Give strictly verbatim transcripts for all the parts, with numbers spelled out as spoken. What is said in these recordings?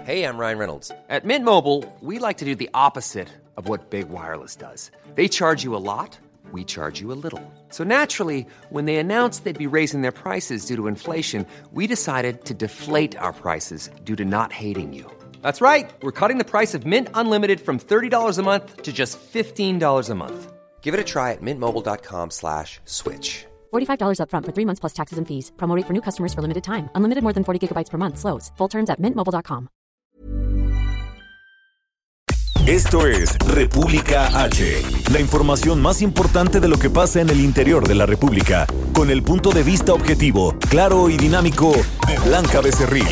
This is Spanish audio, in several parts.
Hey, I'm Ryan Reynolds. At Mint Mobile, we like to do the opposite of what Big Wireless does. They charge you a lot, we charge you a little. So naturally, when they announced they'd be raising their prices due to inflation, we decided to deflate our prices due to not hating you. That's right. We're cutting the price of Mint Unlimited from thirty dollars a month to just fifteen dollars a month. Give it a try at mintmobile.com slash switch. forty-five dollars up front for three months plus taxes and fees. Promo rate for new customers for limited time. Unlimited more than forty gigabytes per month. Slows full terms at mint mobile dot com. Esto es República H, la información más importante de lo que pasa en el interior de la República, con el punto de vista objetivo, claro y dinámico de Blanca Becerril.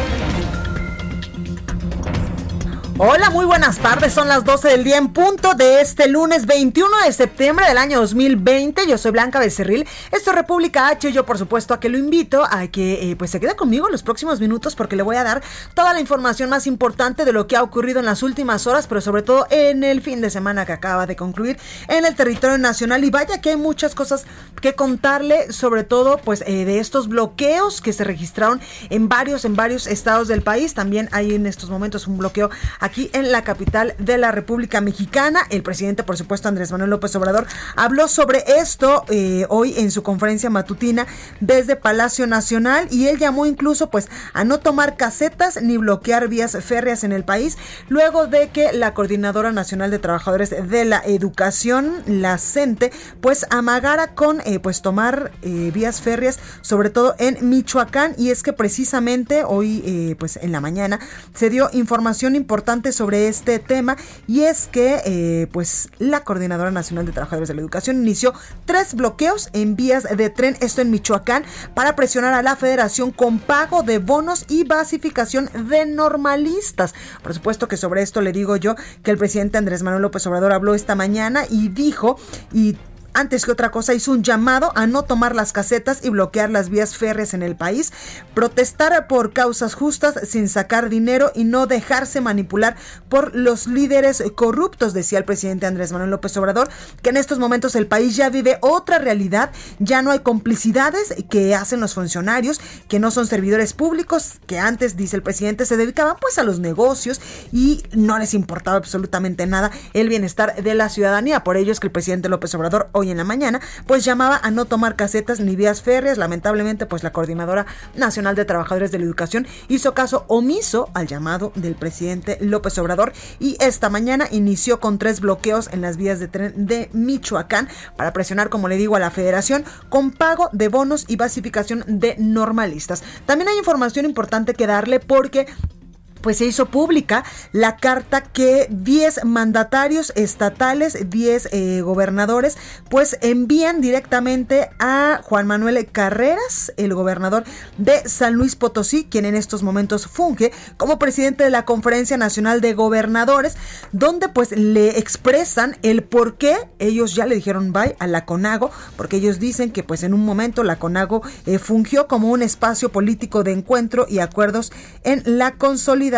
Hola, muy buenas tardes, son las doce del día en punto de este lunes veintiuno de septiembre del año dos mil veinte. Yo soy Blanca Becerril, esto es República H y yo por supuesto a que lo invito a que eh, pues se quede conmigo en los próximos minutos porque le voy a dar toda la información más importante de lo que ha ocurrido en las últimas horas, pero sobre todo en el fin de semana que acaba de concluir en el territorio nacional. Y vaya que hay muchas cosas que contarle, sobre todo pues eh, de estos bloqueos que se registraron en varios, en varios estados del país. También hay en estos momentos un bloqueo aquí en la capital de la República Mexicana. El presidente, por supuesto, Andrés Manuel López Obrador, habló sobre esto eh, hoy en su conferencia matutina desde Palacio Nacional, y él llamó incluso pues a no tomar casetas ni bloquear vías férreas en el país, luego de que la Coordinadora Nacional de Trabajadores de la Educación, la CENTE, pues amagara con eh, pues tomar eh, vías férreas, sobre todo en Michoacán. Y es que precisamente hoy eh, pues en la mañana se dio información importante sobre este tema, y es que eh, pues la Coordinadora Nacional de Trabajadores de la Educación inició tres bloqueos en vías de tren, esto en Michoacán, para presionar a la Federación con pago de bonos y basificación de normalistas. Por supuesto que sobre esto le digo yo que el presidente Andrés Manuel López Obrador habló esta mañana y dijo, y antes que otra cosa, hizo un llamado a no tomar las casetas y bloquear las vías férreas en el país, protestar por causas justas sin sacar dinero y no dejarse manipular por los líderes corruptos. Decía el presidente Andrés Manuel López Obrador que en estos momentos el país ya vive otra realidad, ya no hay complicidades que hacen los funcionarios, que no son servidores públicos, que antes, dice el presidente, se dedicaban pues a los negocios y no les importaba absolutamente nada el bienestar de la ciudadanía. Por ello es que el presidente López Obrador hoy en la mañana pues llamaba a no tomar casetas ni vías férreas. Lamentablemente pues la Coordinadora Nacional de Trabajadores de la Educación hizo caso omiso al llamado del presidente López Obrador, y esta mañana inició con tres bloqueos en las vías de tren de Michoacán para presionar, como le digo, a la Federación con pago de bonos y basificación de normalistas. También hay información importante que darle, porque pues se hizo pública la carta que diez mandatarios estatales, diez eh, gobernadores, pues envían directamente a Juan Manuel Carreras, el gobernador de San Luis Potosí, quien en estos momentos funge como presidente de la Conferencia Nacional de Gobernadores, donde pues le expresan el por qué ellos ya le dijeron bye a la CONAGO, porque ellos dicen que pues en un momento la CONAGO eh, fungió como un espacio político de encuentro y acuerdos en la consolidación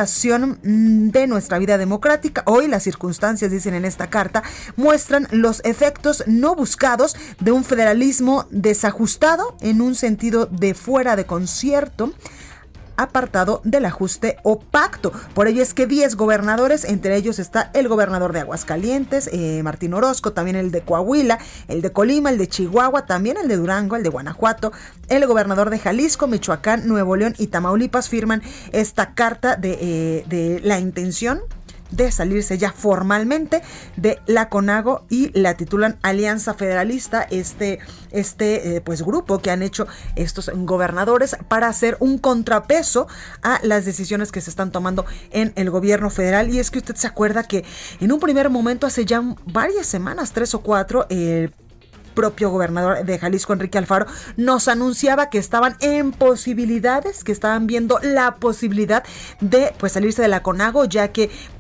de nuestra vida democrática. Hoy las circunstancias, dicen en esta carta, muestran los efectos no buscados de un federalismo desajustado en un sentido de fuera de concierto, apartado del ajuste o pacto. Por ello es que diez gobernadores, entre ellos está el gobernador de Aguascalientes, eh, Martín Orozco, también el de Coahuila, el de Colima, el de Chihuahua, también el de Durango, el de Guanajuato, el gobernador de Jalisco, Michoacán, Nuevo León y Tamaulipas firman esta carta de, eh, de la intención de salirse ya formalmente de la CONAGO, y la titulan Alianza Federalista, este, este eh, pues grupo que han hecho estos gobernadores para hacer un contrapeso a las decisiones que se están tomando en el gobierno federal. Y es que usted se acuerda que en un primer momento, hace ya varias semanas, tres o cuatro, el eh, propio gobernador de Jalisco, Enrique Alfaro, nos anunciaba que estaban en posibilidades, que estaban viendo la posibilidad de pues salirse de la CONAGO, ya que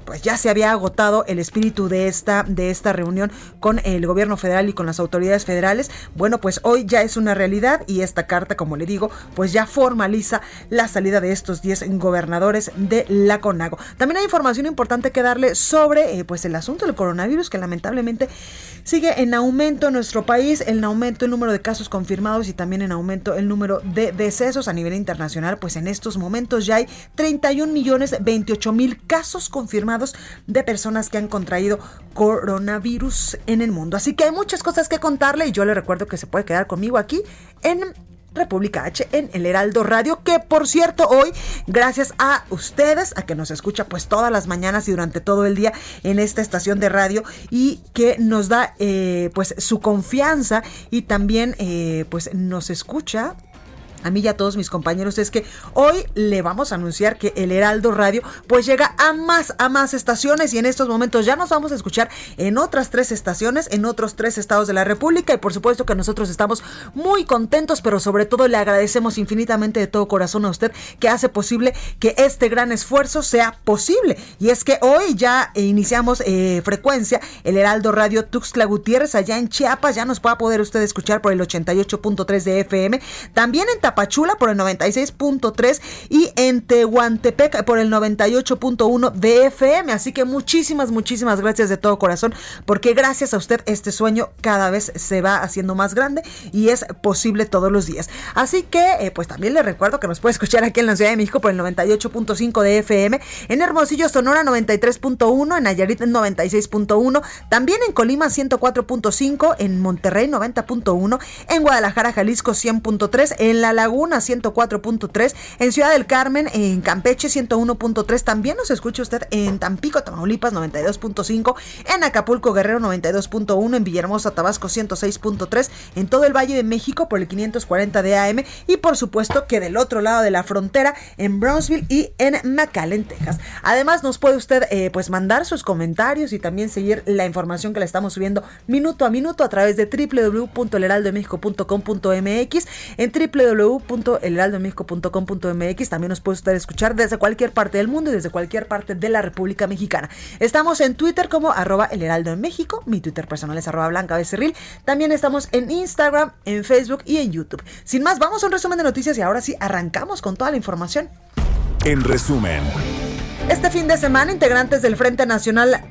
pues ya se había agotado el espíritu de esta, de esta reunión con el gobierno federal y con las autoridades federales. Bueno, pues hoy ya es una realidad y esta carta, como le digo, pues ya formaliza la salida de estos diez gobernadores de la CONAGO. También hay información importante que darle sobre eh, pues el asunto del coronavirus, que lamentablemente sigue en aumento en nuestro país, en aumento el número de casos confirmados y también en aumento el número de decesos a nivel internacional. Pues en estos momentos ya hay treinta y un millones veintiocho mil casos confirmados de personas que han contraído coronavirus en el mundo. Así que hay muchas cosas que contarle y yo le recuerdo que se puede quedar conmigo aquí en República H, en el Heraldo Radio, que por cierto hoy, gracias a ustedes, a que nos escucha pues todas las mañanas y durante todo el día en esta estación de radio y que nos da eh, pues su confianza y también eh, pues nos escucha a mí y a todos mis compañeros, es que hoy le vamos a anunciar que el Heraldo Radio pues llega a más, a más estaciones y en estos momentos ya nos vamos a escuchar en otras tres estaciones, en otros tres estados de la República y por supuesto que nosotros estamos muy contentos, pero sobre todo le agradecemos infinitamente de todo corazón a usted que hace posible que este gran esfuerzo sea posible. Y es que hoy ya iniciamos eh, frecuencia, el Heraldo Radio Tuxtla Gutiérrez, allá en Chiapas, ya nos va a poder usted escuchar por el ochenta y ocho punto tres de F M, también en Tapachula por el noventa y seis punto tres y en Tehuantepec por el noventa y ocho punto uno de F M. Así que muchísimas, muchísimas gracias de todo corazón, porque gracias a usted este sueño cada vez se va haciendo más grande y es posible todos los días. Así que, eh, pues también le recuerdo que nos puede escuchar aquí en la Ciudad de México por el noventa y ocho punto cinco de F M, en Hermosillo, Sonora noventa y tres punto uno, en Nayarit noventa y seis punto uno, también en Colima ciento cuatro punto cinco, en Monterrey noventa punto uno, en Guadalajara, Jalisco cien punto tres, en La Laguna ciento cuatro punto tres, en Ciudad del Carmen, en Campeche ciento uno punto tres, también nos escucha usted en Tampico, Tamaulipas noventa y dos punto cinco, en Acapulco, Guerrero noventa y dos punto uno, en Villahermosa, Tabasco ciento seis punto tres, en todo el Valle de México por el quinientos cuarenta de A M y por supuesto que del otro lado de la frontera en Brownsville y en McAllen, Texas. Además nos puede usted eh, pues mandar sus comentarios y también seguir la información que le estamos subiendo minuto a minuto a través de doble u doble u doble u punto el heraldo de méxico punto com punto m x, en doble u doble u doble u punto el heraldo de méxico punto com punto m x. También nos puede usted escuchar desde cualquier parte del mundo y desde cualquier parte de la República Mexicana. Estamos en Twitter como arroba el heraldo en México, mi Twitter personal es arroba blanca becerril. También estamos en Instagram, en Facebook y en YouTube. Sin más, vamos a un resumen de noticias y ahora sí arrancamos con toda la información. En resumen, este fin de semana, integrantes del Frente Nacional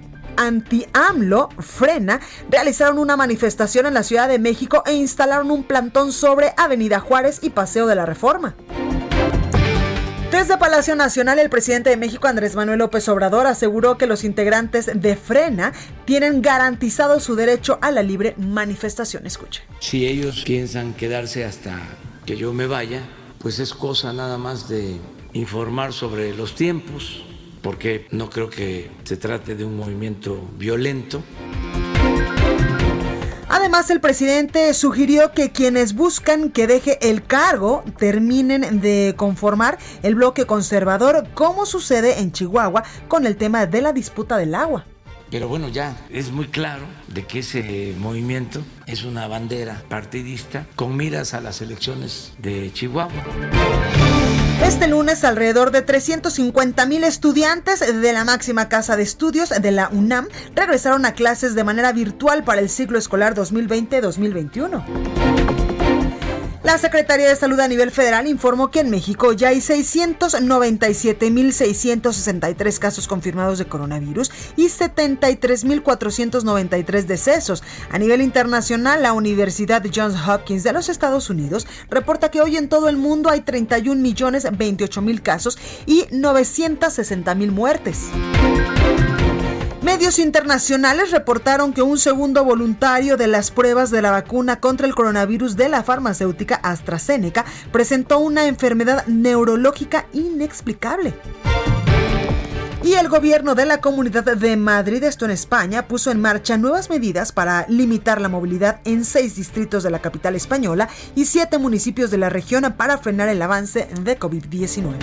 Anti-AMLO, Frena, realizaron una manifestación en la Ciudad de México e instalaron un plantón sobre Avenida Juárez y Paseo de la Reforma. Desde Palacio Nacional, el presidente de México, Andrés Manuel López Obrador, aseguró que los integrantes de Frena tienen garantizado su derecho a la libre manifestación. Escuche. Si ellos piensan quedarse hasta que yo me vaya, pues es cosa nada más de informar sobre los tiempos, porque no creo que se trate de un movimiento violento. Además, el presidente sugirió que quienes buscan que deje el cargo terminen de conformar el bloque conservador, como sucede en Chihuahua con el tema de la disputa del agua. Pero bueno, ya es muy claro de que ese movimiento es una bandera partidista con miras a las elecciones de Chihuahua. Este lunes, alrededor de trescientos cincuenta mil estudiantes de la máxima casa de estudios de la UNAM regresaron a clases de manera virtual para el ciclo escolar dos mil veinte dos mil veintiuno. La Secretaría de Salud a nivel federal informó que en México ya hay seiscientos noventa y siete mil seiscientos sesenta y tres casos confirmados de coronavirus y setenta y tres mil cuatrocientos noventa y tres decesos. A nivel internacional, la Universidad Johns Hopkins de los Estados Unidos reporta que hoy en todo el mundo hay treinta y un millones veintiocho mil casos y novecientos sesenta mil muertes. Medios internacionales reportaron que un segundo voluntario de las pruebas de la vacuna contra el coronavirus de la farmacéutica AstraZeneca presentó una enfermedad neurológica inexplicable. Y el gobierno de la Comunidad de Madrid, esto en España, puso en marcha nuevas medidas para limitar la movilidad en seis distritos de la capital española y siete municipios de la región para frenar el avance de covid diecinueve.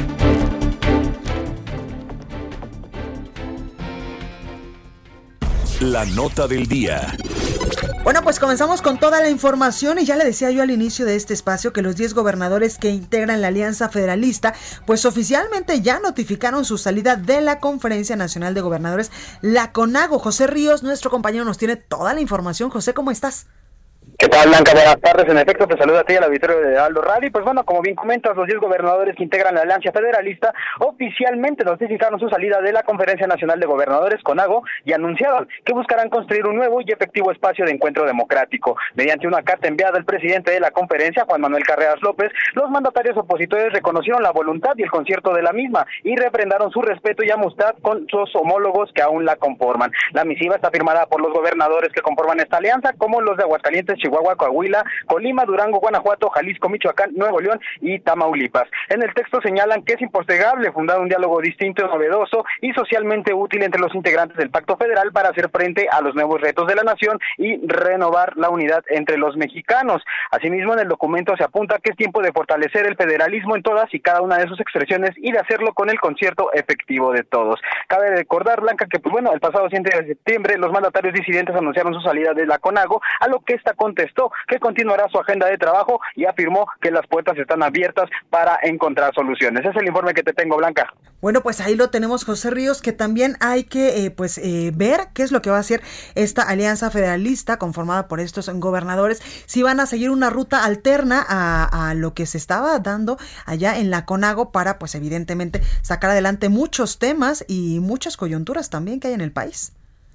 La nota del día. Bueno, pues comenzamos con toda la información y ya le decía yo al inicio de este espacio que los diez gobernadores que integran la Alianza Federalista, pues oficialmente ya notificaron su salida de la Conferencia Nacional de Gobernadores, la CONAGO. José Ríos, nuestro compañero, nos tiene toda la información. José, ¿cómo estás? ¿Qué tal, Blanca? Buenas tardes. En efecto, te saluda a ti y al auditorio de Aldo Radio. Y pues bueno, como bien comentas, los diez gobernadores que integran la Alianza Federalista oficialmente notificaron su salida de la Conferencia Nacional de Gobernadores, CONAGO, y anunciaron que buscarán construir un nuevo y efectivo espacio de encuentro democrático. Mediante una carta enviada al presidente de la conferencia, Juan Manuel Carreras López, los mandatarios opositores reconocieron la voluntad y el concierto de la misma y refrendaron su respeto y amistad con sus homólogos que aún la conforman. La misiva está firmada por los gobernadores que conforman esta alianza, como los de Aguascalientes, Chihuahua, Coahuila, Colima, Durango, Guanajuato, Jalisco, Michoacán, Nuevo León y Tamaulipas. En el texto señalan que es impostergable fundar un diálogo distinto, novedoso y socialmente útil entre los integrantes del Pacto Federal para hacer frente a los nuevos retos de la nación y renovar la unidad entre los mexicanos. Asimismo, en el documento se apunta que es tiempo de fortalecer el federalismo en todas y cada una de sus expresiones y de hacerlo con el concierto efectivo de todos. Cabe recordar, Blanca, que pues bueno, el pasado siete de septiembre los mandatarios disidentes anunciaron su salida de la CONAGO, a lo que esta contestó que continuará su agenda de trabajo y afirmó que las puertas están abiertas para encontrar soluciones. Ese es el informe que te tengo, Blanca. Bueno, pues ahí lo tenemos, José Ríos, que también hay que eh, pues eh, ver qué es lo que va a hacer esta alianza federalista conformada por estos gobernadores, si van a seguir una ruta alterna a, a lo que se estaba dando allá en la CONAGO para, pues evidentemente, sacar adelante muchos temas y muchas coyunturas también que hay en el país.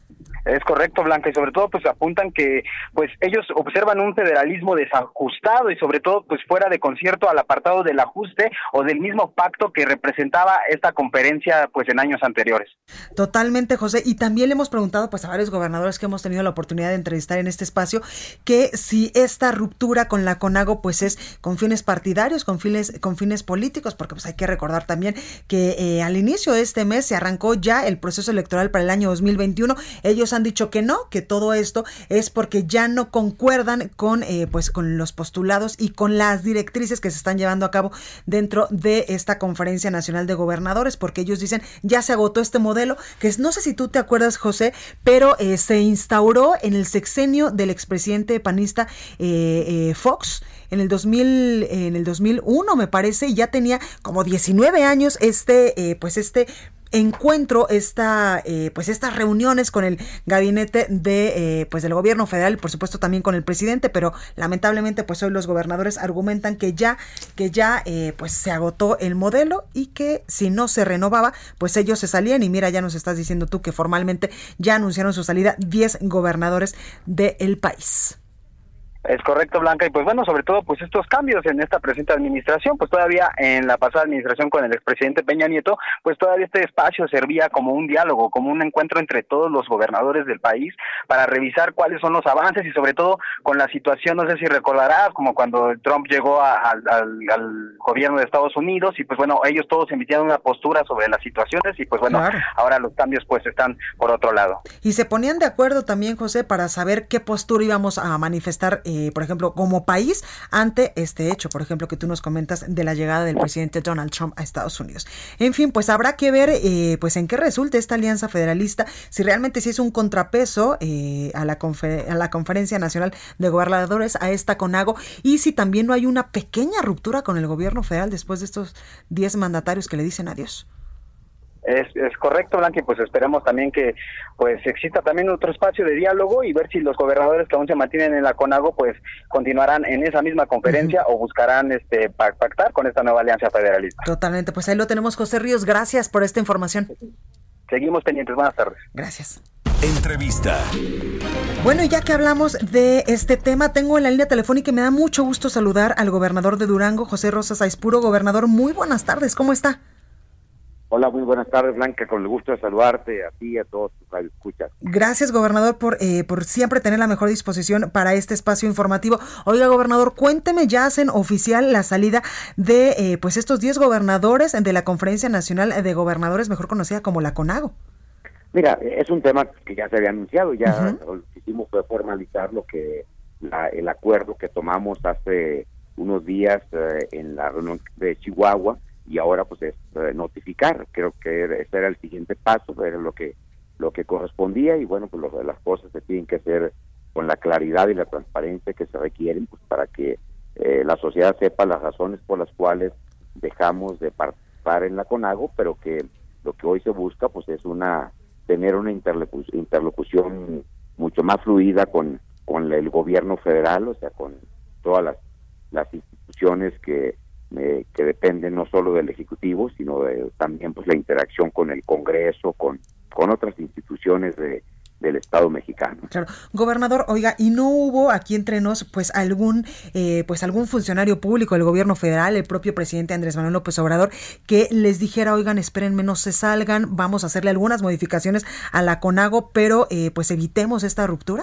Es correcto, Blanca, y sobre todo pues apuntan que pues ellos observan un federalismo desajustado y sobre todo pues fuera de concierto al apartado del ajuste o del mismo pacto que representaba esta conferencia pues en años anteriores. Totalmente, José, y también le hemos preguntado pues a varios gobernadores que hemos tenido la oportunidad de entrevistar en este espacio que si esta ruptura con la CONAGO pues es con fines partidarios, con fines, con fines políticos, porque pues hay que recordar también que eh, al inicio de este mes se arrancó ya el proceso electoral para el año dos mil veintiuno. Ellos han dicho que no, que todo esto es porque ya no concuerdan con eh, pues con los postulados y con las directrices que se están llevando a cabo dentro de esta Conferencia Nacional de Gobernadores, porque ellos dicen ya se agotó este modelo, que es, no sé si tú te acuerdas, José, pero eh, se instauró en el sexenio del expresidente panista eh, eh, Fox en el dos mil, en el dos mil uno, me parece, y ya tenía como diecinueve años este eh, pues este encuentro, esta, eh, pues estas reuniones con el gabinete de, eh, pues del gobierno federal, por supuesto también con el presidente, pero lamentablemente pues hoy los gobernadores argumentan que ya, que ya, eh, pues se agotó el modelo y que si no se renovaba, pues ellos se salían. Y mira, ya nos estás diciendo tú que formalmente ya anunciaron su salida diez gobernadores del país. Es correcto, Blanca, y pues bueno, sobre todo pues estos cambios en esta presente administración, pues todavía en la pasada administración con el expresidente Peña Nieto, pues todavía este espacio servía como un diálogo, como un encuentro entre todos los gobernadores del país para revisar cuáles son los avances y sobre todo con la situación, no sé si recordarás, como cuando Trump llegó a, a, al, al gobierno de Estados Unidos y pues bueno, ellos todos emitieron una postura sobre las situaciones y pues bueno, claro, ahora los cambios pues están por otro lado. Y se ponían de acuerdo también, José, para saber qué postura íbamos a manifestar Eh, por ejemplo, como país, ante este hecho, por ejemplo, que tú nos comentas de la llegada del presidente Donald Trump a Estados Unidos. En fin, pues habrá que ver eh, pues en qué resulta esta alianza federalista, si realmente sí es un contrapeso eh, a, la confer- a la Conferencia Nacional de Gobernadores, a esta CONAGO, y si también no hay una pequeña ruptura con el gobierno federal después de estos diez mandatarios que le dicen adiós. Es, es correcto, Blanca, y pues esperemos también que pues exista también otro espacio de diálogo y ver si los gobernadores que aún se mantienen en la CONAGO pues continuarán en esa misma conferencia uh-huh. o buscarán este pactar con esta nueva alianza federalista. Totalmente, pues ahí lo tenemos, José Ríos, gracias por esta información. Seguimos pendientes, buenas tardes. Gracias. Entrevista. Bueno, y ya que hablamos de este tema, tengo en la línea telefónica y me da mucho gusto saludar al gobernador de Durango, José Rosa Saizpuro. Gobernador, muy buenas tardes, ¿cómo está? Hola, muy buenas tardes, Blanca, con el gusto de saludarte a ti y a todos tus radioescuchas. Gracias, gobernador, por eh, por siempre tener la mejor disposición para este espacio informativo. Oiga, gobernador, cuénteme, ya hacen oficial la salida de eh, pues estos diez gobernadores de la Conferencia Nacional de Gobernadores, mejor conocida como la CONAGO. Mira, es un tema que ya se había anunciado, ya uh-huh. lo que hicimos fue formalizar lo que la, el acuerdo que tomamos hace unos días eh, en la reunión de Chihuahua, y ahora pues es eh, notificar. Creo que ese era el siguiente paso, era lo que lo que correspondía, y bueno, pues lo, las cosas se tienen que hacer con la claridad y la transparencia que se requieren, pues para que eh, la sociedad sepa las razones por las cuales dejamos de participar en la CONAGO, pero que lo que hoy se busca pues es una tener una interlocu- interlocución mucho más fluida con, con el gobierno federal, o sea, con todas las, las instituciones que, eh, que dependen no solo del Ejecutivo, sino de, también pues la interacción con el Congreso, con, con otras instituciones de del Estado mexicano. Claro, gobernador, oiga, y no hubo aquí entre nos, pues algún, eh, pues algún funcionario público del gobierno federal, el propio presidente Andrés Manuel López Obrador, que les dijera, oigan, espérenme, no se salgan, vamos a hacerle algunas modificaciones a la CONAGO, pero eh, pues evitemos esta ruptura.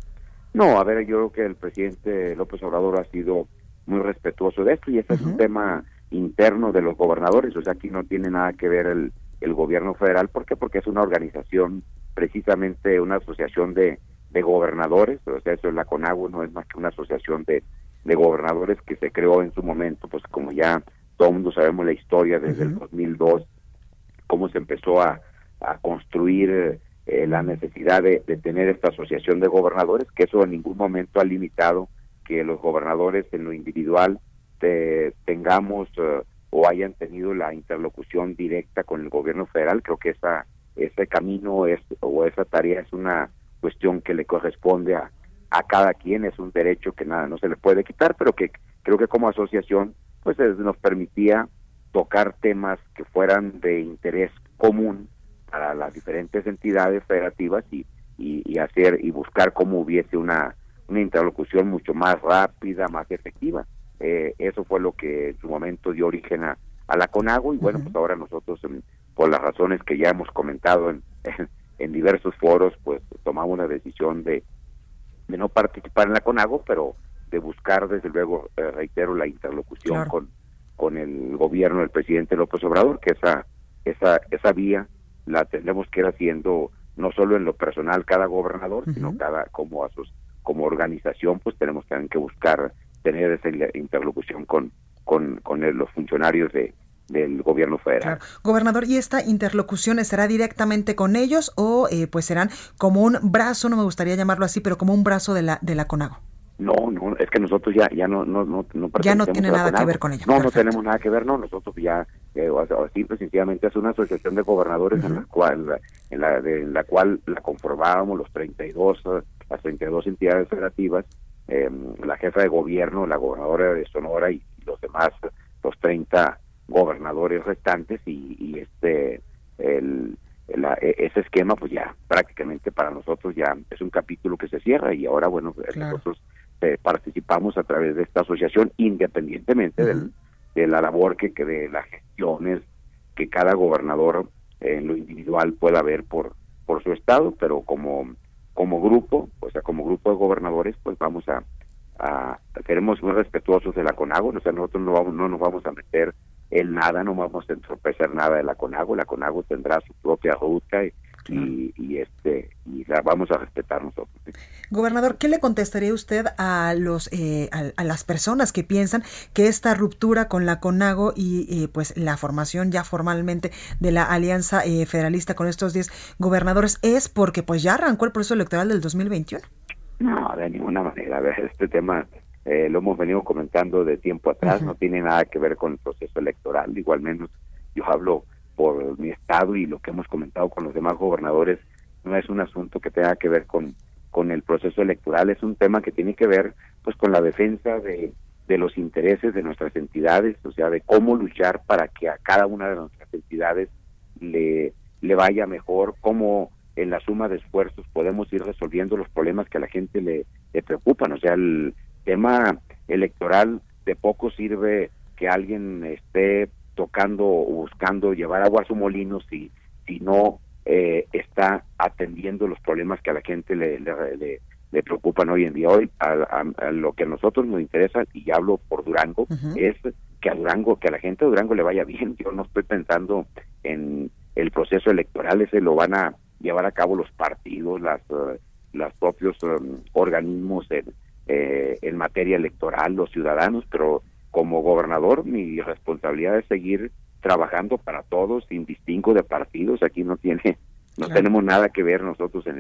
No, a ver, yo creo que el presidente López Obrador ha sido muy respetuoso de esto y este uh-huh. es un tema interno de los gobernadores, o sea, aquí no tiene nada que ver el, el gobierno federal. ¿Por qué? Porque es una organización, precisamente una asociación de, de gobernadores, o sea, eso es la CONAGO, no es más que una asociación de, de gobernadores que se creó en su momento, pues como ya todo el mundo sabemos la historia desde uh-huh. el dos mil dos, cómo se empezó a, a construir eh, la necesidad de, de tener esta asociación de gobernadores, que eso en ningún momento ha limitado que los gobernadores en lo individual te, tengamos uh, o hayan tenido la interlocución directa con el gobierno federal. Creo que esa ese camino es o esa tarea es una cuestión que le corresponde a, a cada quien, es un derecho que nada no se le puede quitar, pero que creo que como asociación pues es, nos permitía tocar temas que fueran de interés común para las diferentes entidades federativas y, y, y hacer y buscar cómo hubiese una, una interlocución mucho más rápida, más efectiva. Eh, eso fue lo que en su momento dio origen a, a la CONAGO y bueno, uh-huh. pues ahora nosotros en, por las razones que ya hemos comentado en, en, en diversos foros, pues tomamos una decisión de, de no participar en la CONAGO, pero de buscar, desde luego, eh, reitero, la interlocución claro. con, con el gobierno del presidente López Obrador, que esa, esa, esa vía la tendremos que ir haciendo no solo en lo personal cada gobernador, uh-huh. sino cada como, asos, como organización, pues tenemos también que buscar tener esa interlocución con, con, con el, los funcionarios de del gobierno federal. Claro. Gobernador, ¿y esta interlocución será directamente con ellos o eh, pues serán como un brazo, no me gustaría llamarlo así, pero como un brazo de la de la CONAGO? No, no, es que nosotros ya ya no no no, no ya no tiene nada que ver con ella. No, Perfecto. no tenemos nada que ver, no, nosotros ya eh, simple sencillamente es una asociación de gobernadores uh-huh. en la cual en la de, en la cual la conformábamos los treinta y dos las treinta y dos entidades federativas, eh, la jefa de gobierno, la gobernadora de Sonora y, y los demás los treinta gobernadores restantes y, y este el, el ese esquema pues ya prácticamente para nosotros ya es un capítulo que se cierra y ahora bueno claro. nosotros eh, participamos a través de esta asociación independientemente uh-huh. del, de la labor que, que de las gestiones que cada gobernador eh, en lo individual pueda ver por por su estado, pero como como grupo, o sea como grupo de gobernadores pues vamos a, a seremos muy respetuosos de la CONAGO, o sea nosotros no vamos no nos vamos a meter en nada, no vamos a entorpecer nada de la CONAGO, la CONAGO tendrá su propia ruta y, claro. y, y este y la vamos a respetar nosotros. ¿Sí? Gobernador, ¿qué le contestaría usted a los eh, a, a las personas que piensan que esta ruptura con la CONAGO y eh, pues la formación ya formalmente de la alianza eh, federalista con estos diez gobernadores es porque pues ya arrancó el proceso electoral del dos mil veintiuno? No, de ninguna manera. A ver, este tema Eh, lo hemos venido comentando de tiempo atrás, uh-huh. no tiene nada que ver con el proceso electoral, igual menos yo hablo por mi estado y lo que hemos comentado con los demás gobernadores, no es un asunto que tenga que ver con, con el proceso electoral, es un tema que tiene que ver pues con la defensa de, de los intereses de nuestras entidades, o sea, de cómo luchar para que a cada una de nuestras entidades le, le vaya mejor, cómo en la suma de esfuerzos podemos ir resolviendo los problemas que a la gente le, le preocupan, o sea, el tema electoral de poco sirve que alguien esté tocando o buscando llevar agua a su molino si si no eh, está atendiendo los problemas que a la gente le, le, le, le preocupan hoy en día. Hoy a, a, a lo que a nosotros nos interesa, y hablo por Durango, uh-huh. es que a Durango, que a la gente de Durango le vaya bien. Yo no estoy pensando en el proceso electoral, ese lo van a llevar a cabo los partidos, las uh, los propios um, organismos en Eh, en materia electoral, los ciudadanos, pero como gobernador mi responsabilidad es seguir trabajando para todos sin distingo de partidos. Aquí no tiene no claro. tenemos nada que ver nosotros en el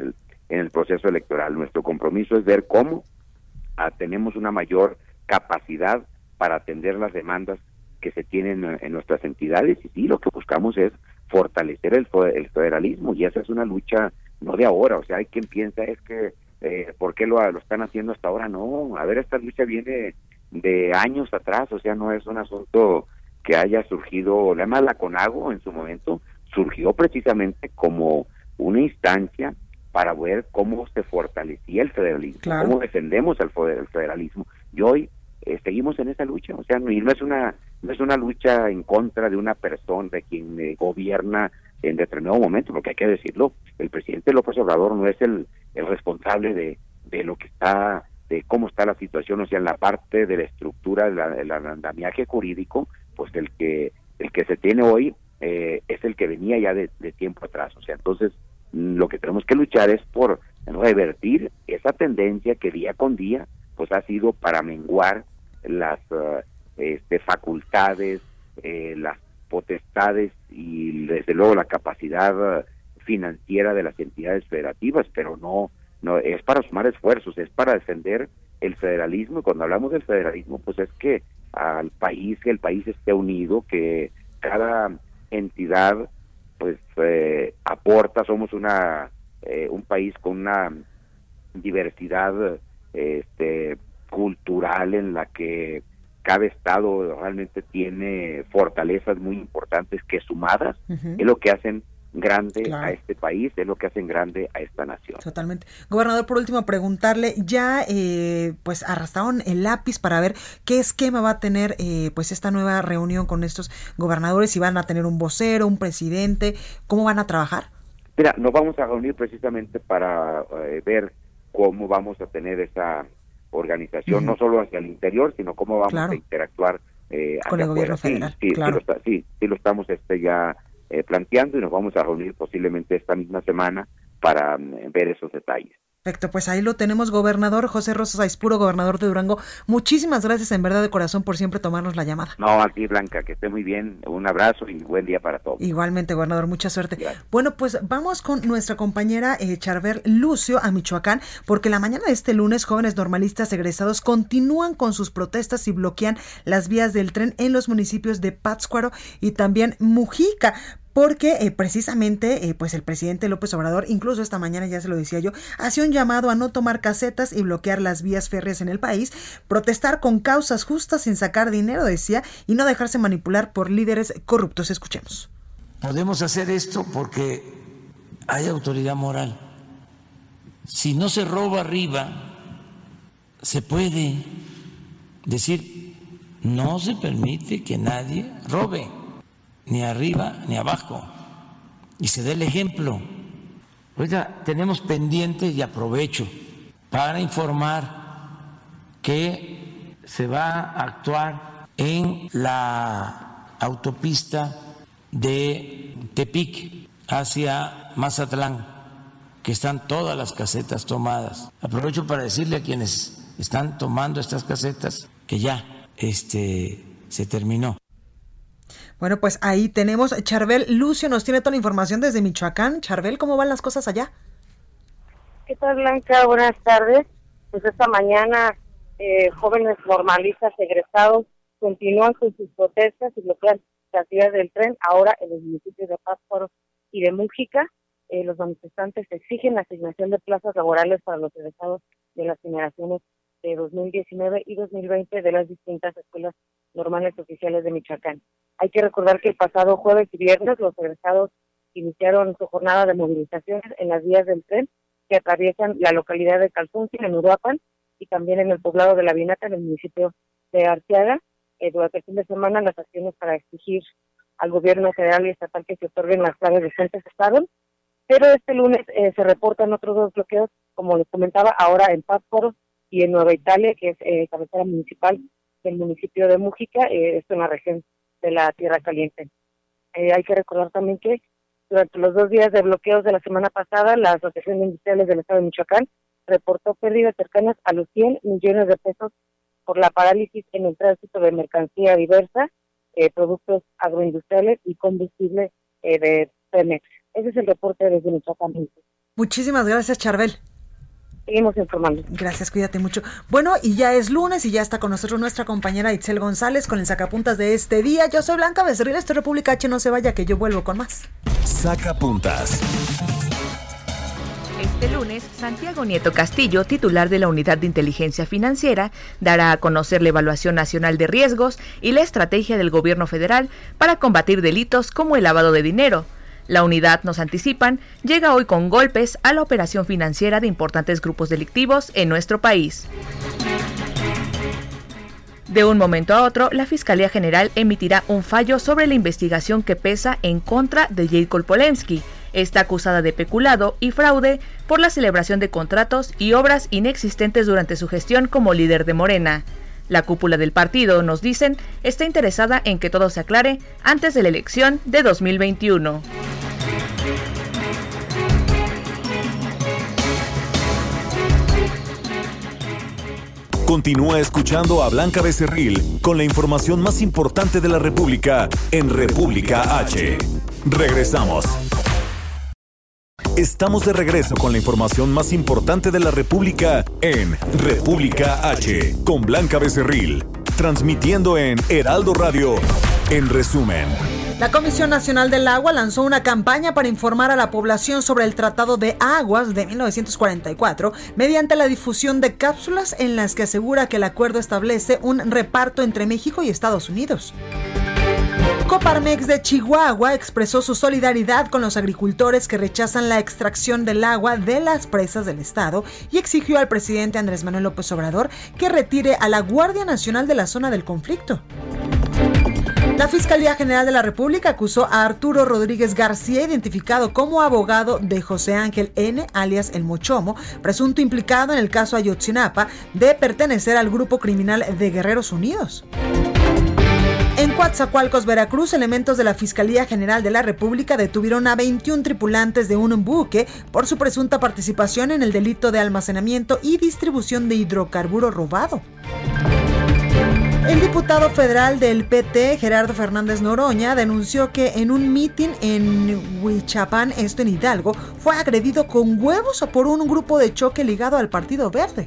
en el proceso electoral. Nuestro compromiso es ver cómo ah, tenemos una mayor capacidad para atender las demandas que se tienen en, en nuestras entidades, y sí, lo que buscamos es fortalecer el, el federalismo, y esa es una lucha no de ahora. O sea, hay quien piensa es que eh, ¿por qué lo, lo están haciendo hasta ahora? No, a ver, esta lucha viene de años atrás, o sea, no es un asunto que haya surgido, además la CONAGO en su momento surgió precisamente como una instancia para ver cómo se fortalecía el federalismo, claro, cómo defendemos el federalismo, y hoy eh, seguimos en esa lucha. O sea, no, y no es una no es una lucha en contra de una persona, de quien eh, gobierna en determinado momento, porque hay que decirlo, el presidente López Obrador no es el, el responsable de, de lo que está, de cómo está la situación. O sea, en la parte de la estructura, del andamiaje jurídico, pues el que el que se tiene hoy eh, es el que venía ya de, de tiempo atrás. O sea, entonces lo que tenemos que luchar es por revertir esa tendencia que día con día pues ha sido para menguar las uh, este, facultades, eh, las potestades y desde luego la capacidad uh, financiera de las entidades federativas, pero no no es para sumar esfuerzos, es para defender el federalismo. Y cuando hablamos del federalismo, pues es que al país, que el país esté unido, que cada entidad pues eh, aporta. Somos una eh, un país con una diversidad eh, este cultural en la que cada estado realmente tiene fortalezas muy importantes que sumadas uh-huh. es lo que hacen grande claro. a este país, es lo que hacen grande a esta nación. Totalmente. Gobernador, por último, preguntarle, ya eh, pues arrastraron el lápiz para ver qué esquema va a tener eh, pues esta nueva reunión con estos gobernadores, si van a tener un vocero, un presidente, ¿cómo van a trabajar? Mira, nos vamos a reunir precisamente para eh, ver cómo vamos a tener esa organización, uh-huh. no solo hacia el interior, sino cómo vamos claro. a interactuar eh, con el gobierno federal. Sí, sí, claro. sí, lo, está, sí, sí lo estamos este ya Eh, planteando, y nos vamos a reunir posiblemente esta misma semana para um, ver esos detalles. Perfecto, pues ahí lo tenemos, gobernador José Rosas Aispuro, gobernador de Durango. Muchísimas gracias en verdad de corazón por siempre tomarnos la llamada. No, a ti, Blanca, que esté muy bien, un abrazo y buen día para todos. Igualmente, gobernador, mucha suerte. Gracias. Bueno, pues vamos con nuestra compañera eh, Charbel Lucio a Michoacán, porque la mañana de este lunes jóvenes normalistas egresados continúan con sus protestas y bloquean las vías del tren en los municipios de Pátzcuaro y también Mujica. Porque eh, precisamente eh, pues el presidente López Obrador, incluso esta mañana ya se lo decía yo, hacía un llamado a no tomar casetas y bloquear las vías férreas en el país, protestar con causas justas sin sacar dinero, decía, y no dejarse manipular por líderes corruptos. Escuchemos. Podemos hacer esto porque hay autoridad moral. Si no se roba arriba, se puede decir, no se permite que nadie robe, ni arriba ni abajo, y se dé el ejemplo. Ahorita tenemos pendiente, y aprovecho para informar que se va a actuar en la autopista de Tepic hacia Mazatlán, que están todas las casetas tomadas. Aprovecho para decirle a quienes están tomando estas casetas que ya este, se terminó. Bueno, pues ahí tenemos. Charbel Lucio nos tiene toda la información desde Michoacán. Charbel, ¿cómo van las cosas allá? ¿Qué tal, Blanca? Buenas tardes. Pues esta mañana eh, jóvenes normalistas egresados continúan con sus protestas y bloquean las vías del tren, ahora en los municipios de Pátzcuaro y de Mújica. Eh, los manifestantes exigen la asignación de plazas laborales para los egresados de las generaciones de dos mil diecinueve y dos mil veinte de las distintas escuelas normales oficiales de Michoacán. Hay que recordar que el pasado jueves y viernes los egresados iniciaron su jornada de movilizaciones en las vías del tren que atraviesan la localidad de Calzunquin, en Uruapan, y también en el poblado de La Vinata, en el municipio de Arteaga. Eh, durante el fin de semana, las acciones para exigir al gobierno federal y estatal que se otorguen las claves decentes estaban, pero este lunes eh, se reportan otros dos bloqueos, como les comentaba, ahora en Pátzcuaro y en Nueva Italia, que es eh, cabecera municipal del municipio de Mújica, eh, esto en la región de la Tierra Caliente. Eh, hay que recordar también que durante los dos días de bloqueos de la semana pasada, la Asociación de Industriales del Estado de Michoacán reportó pérdidas cercanas a los cien millones de pesos por la parálisis en el tránsito de mercancía diversa, eh, productos agroindustriales y combustible eh, de Pemex. Ese es el reporte desde Michoacán. Muchísimas gracias, Charbel. Seguimos informando. Gracias, cuídate mucho. Bueno, y ya es lunes y ya está con nosotros nuestra compañera Itzel González con el sacapuntas de este día. Yo soy Blanca Becerril, esto es República H, no se vaya que yo vuelvo con más. Sacapuntas. Este lunes, Santiago Nieto Castillo, titular de la Unidad de Inteligencia Financiera, dará a conocer la Evaluación Nacional de Riesgos y la estrategia del Gobierno federal para combatir delitos como el lavado de dinero. La unidad, nos anticipan, llega hoy con golpes a la operación financiera de importantes grupos delictivos en nuestro país. De un momento a otro, la Fiscalía General emitirá un fallo sobre la investigación que pesa en contra de Jacob Polensky. Está acusada de peculado y fraude por la celebración de contratos y obras inexistentes durante su gestión como líder de Morena. La cúpula del partido, nos dicen, está interesada en que todo se aclare antes de la elección de dos mil veintiuno. Continúa escuchando a Blanca Becerril con la información más importante de la República en República H. Regresamos. Estamos de regreso con la información más importante de la República en República H con Blanca Becerril, transmitiendo en Heraldo Radio. En resumen, la Comisión Nacional del Agua lanzó una campaña para informar a la población sobre el Tratado de Aguas de mil novecientos cuarenta y cuatro mediante la difusión de cápsulas en las que asegura que el acuerdo establece un reparto entre México y Estados Unidos. Coparmex de Chihuahua expresó su solidaridad con los agricultores que rechazan la extracción del agua de las presas del estado y exigió al presidente Andrés Manuel López Obrador que retire a la Guardia Nacional de la zona del conflicto. La Fiscalía General de la República acusó a Arturo Rodríguez García, identificado como abogado de José Ángel N., alias El Mochomo, presunto implicado en el caso Ayotzinapa, de pertenecer al grupo criminal de Guerreros Unidos. En Coatzacoalcos, Veracruz, elementos de la Fiscalía General de la República detuvieron a veintiún tripulantes de un buque por su presunta participación en el delito de almacenamiento y distribución de hidrocarburo robado. El diputado federal del P T, Gerardo Fernández Noroña, denunció que en un mitin en Huichapán, esto en Hidalgo, fue agredido con huevos por un grupo de choque ligado al Partido Verde.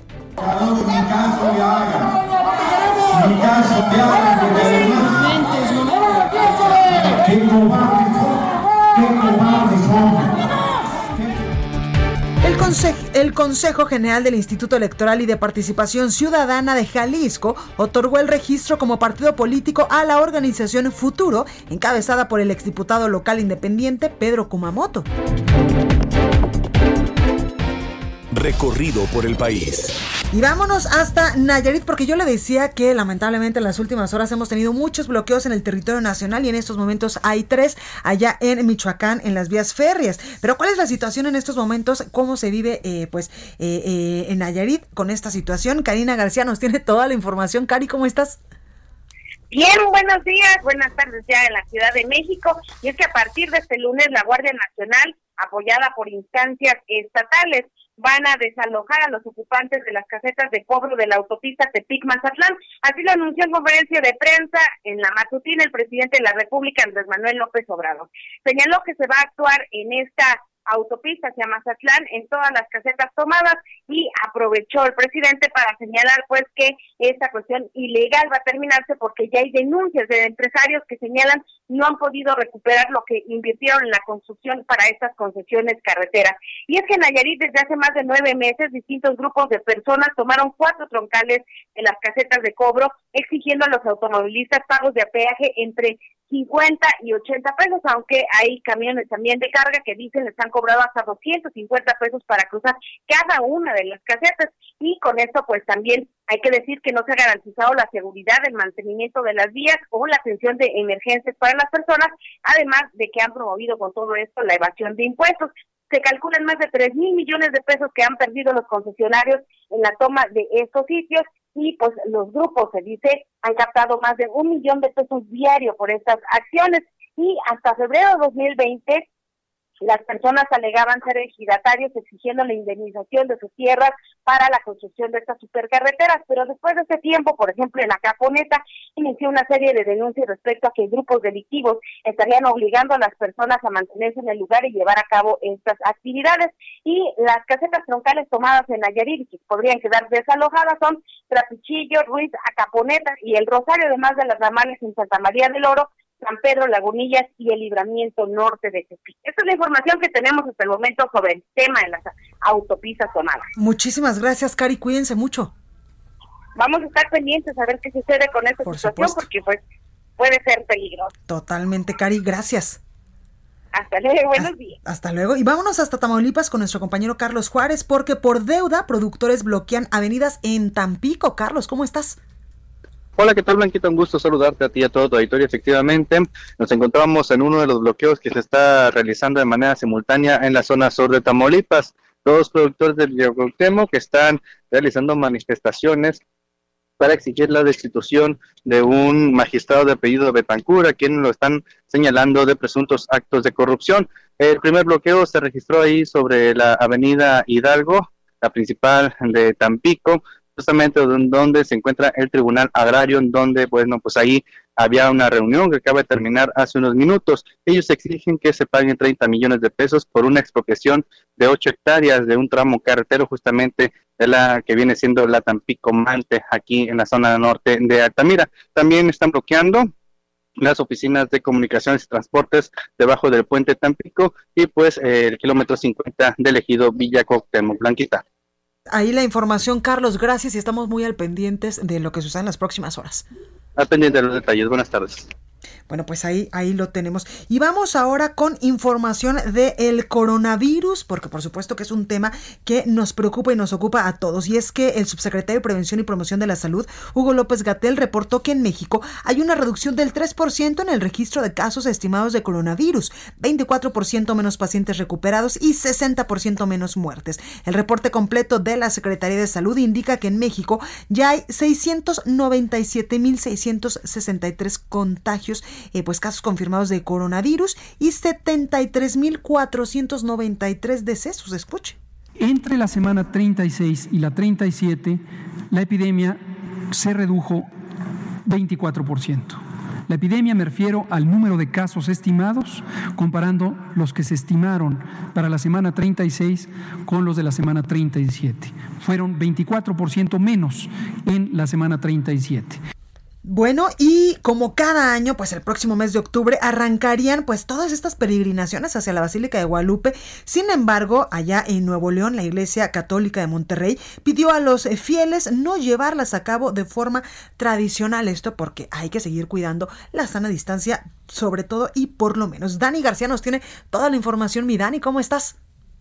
El Consejo, el Consejo General del Instituto Electoral y de Participación Ciudadana de Jalisco otorgó el registro como partido político a la organización Futuro, encabezada por el exdiputado local independiente Pedro Kumamoto. Recorrido por el país. Y vámonos hasta Nayarit, porque yo le decía que lamentablemente en las últimas horas hemos tenido muchos bloqueos en el territorio nacional y en estos momentos hay tres allá en Michoacán en las vías férreas. Pero ¿cuál es la situación en estos momentos? ¿Cómo se vive eh, pues eh, eh, en Nayarit con esta situación? Karina García nos tiene toda la información. Cari, ¿cómo estás? Bien, buenos días, buenas tardes ya en la Ciudad de México. Y es que a partir de este lunes la Guardia Nacional, apoyada por instancias estatales, van a desalojar a los ocupantes de las casetas de cobro de la autopista Tepic-Mazatlán. Así lo anunció en conferencia de prensa en la matutina el presidente de la República, Andrés Manuel López Obrador. Señaló que se va a actuar en esta autopista hacia Mazatlán en todas las casetas tomadas y aprovechó el presidente para señalar pues que esta cuestión ilegal va a terminarse porque ya hay denuncias de empresarios que señalan no han podido recuperar lo que invirtieron en la construcción para estas concesiones carreteras. Y es que en Nayarit desde hace más de nueve meses distintos grupos de personas tomaron cuatro troncales en las casetas de cobro exigiendo a los automovilistas pagos de peaje entre cincuenta y ochenta pesos, aunque hay camiones también de carga que dicen les han cobrado hasta doscientos cincuenta pesos para cruzar cada una de las casetas, y con esto pues también hay que decir que no se ha garantizado la seguridad, el mantenimiento de las vías o la atención de emergencias para las personas, además de que han promovido con todo esto la evasión de impuestos. Se calculan más de tres mil millones de pesos que han perdido los concesionarios en la toma de estos sitios, y pues los grupos, se dice, han captado más de un millón de pesos diario por estas acciones. Y hasta febrero de dos mil veinte Las personas alegaban ser ejidatarios exigiendo la indemnización de sus tierras para la construcción de estas supercarreteras, pero después de este tiempo, por ejemplo, en la Caponeta, inició una serie de denuncias respecto a que grupos delictivos estarían obligando a las personas a mantenerse en el lugar y llevar a cabo estas actividades. Y las casetas troncales tomadas en Nayarit, que podrían quedar desalojadas, son Trapichillo, Ruiz, Acaponeta y el Rosario, además de las ramales en Santa María del Oro, San Pedro, Lagunillas y el Libramiento Norte de Tepic. Esta es la información que tenemos hasta el momento sobre el tema de las autopistas tomadas. Muchísimas gracias, Cari, cuídense mucho. Vamos a estar pendientes a ver qué sucede con esta Por situación, supuesto. porque pues puede ser peligroso. Totalmente, Cari, gracias. Hasta luego, buenos hasta, días. Hasta luego. Y vámonos hasta Tamaulipas con nuestro compañero Carlos Juárez, porque por deuda, productores bloquean avenidas en Tampico. Carlos, ¿cómo estás? Hola, ¿qué tal, Blanquita? Un gusto saludarte a ti y a todo tu auditorio. Efectivamente, nos encontramos en uno de los bloqueos que se está realizando de manera simultánea en la zona sur de Tamaulipas. Dos productores del Río Cuauhtémoc que están realizando manifestaciones para exigir la destitución de un magistrado de apellido Betancur, a quien lo están señalando de presuntos actos de corrupción. El primer bloqueo se registró ahí sobre la avenida Hidalgo, la principal de Tampico, justamente donde se encuentra el Tribunal Agrario, en donde, bueno, pues ahí había una reunión que acaba de terminar hace unos minutos. Ellos exigen que se paguen treinta millones de pesos por una expropiación de ocho hectáreas de un tramo carretero, justamente de la que viene siendo la Tampico-Mante, aquí en la zona norte de Altamira. También están bloqueando las oficinas de comunicaciones y transportes debajo del puente Tampico y pues eh, el kilómetro cincuenta del ejido Villa Cuauhtémoc. Blanquita. Ahí la información, Carlos, gracias, y estamos muy al pendientes de lo que suceda en las próximas horas. Al pendiente de los detalles. Buenas tardes. Bueno, pues ahí, ahí lo tenemos. Y vamos ahora con información del coronavirus, porque por supuesto que es un tema que nos preocupa y nos ocupa a todos. Y es que el subsecretario de Prevención y Promoción de la Salud, Hugo López-Gatell, reportó que en México hay una reducción del tres por ciento en el registro de casos estimados de coronavirus, veinticuatro por ciento menos pacientes recuperados y sesenta por ciento menos muertes. El reporte completo de la Secretaría de Salud indica que en México ya hay seiscientos noventa y siete mil seiscientos sesenta y tres contagios, Eh, pues casos confirmados de coronavirus y setenta y tres mil cuatrocientos noventa y tres decesos. Escuche. Entre la semana treinta y seis y la treinta y siete, la epidemia se redujo veinticuatro por ciento. La epidemia me refiero al número de casos estimados, comparando los que se estimaron para la semana treinta y seis con los de la semana treinta y siete. Fueron veinticuatro por ciento menos en la semana treinta y siete. Bueno, y como cada año, pues el próximo mes de octubre arrancarían pues todas estas peregrinaciones hacia la Basílica de Guadalupe. Sin embargo, allá en Nuevo León, la Iglesia Católica de Monterrey pidió a los fieles no llevarlas a cabo de forma tradicional. Esto porque hay que seguir cuidando la sana distancia, sobre todo y por lo menos. Dani García nos tiene toda la información. Mi Dani, ¿cómo estás?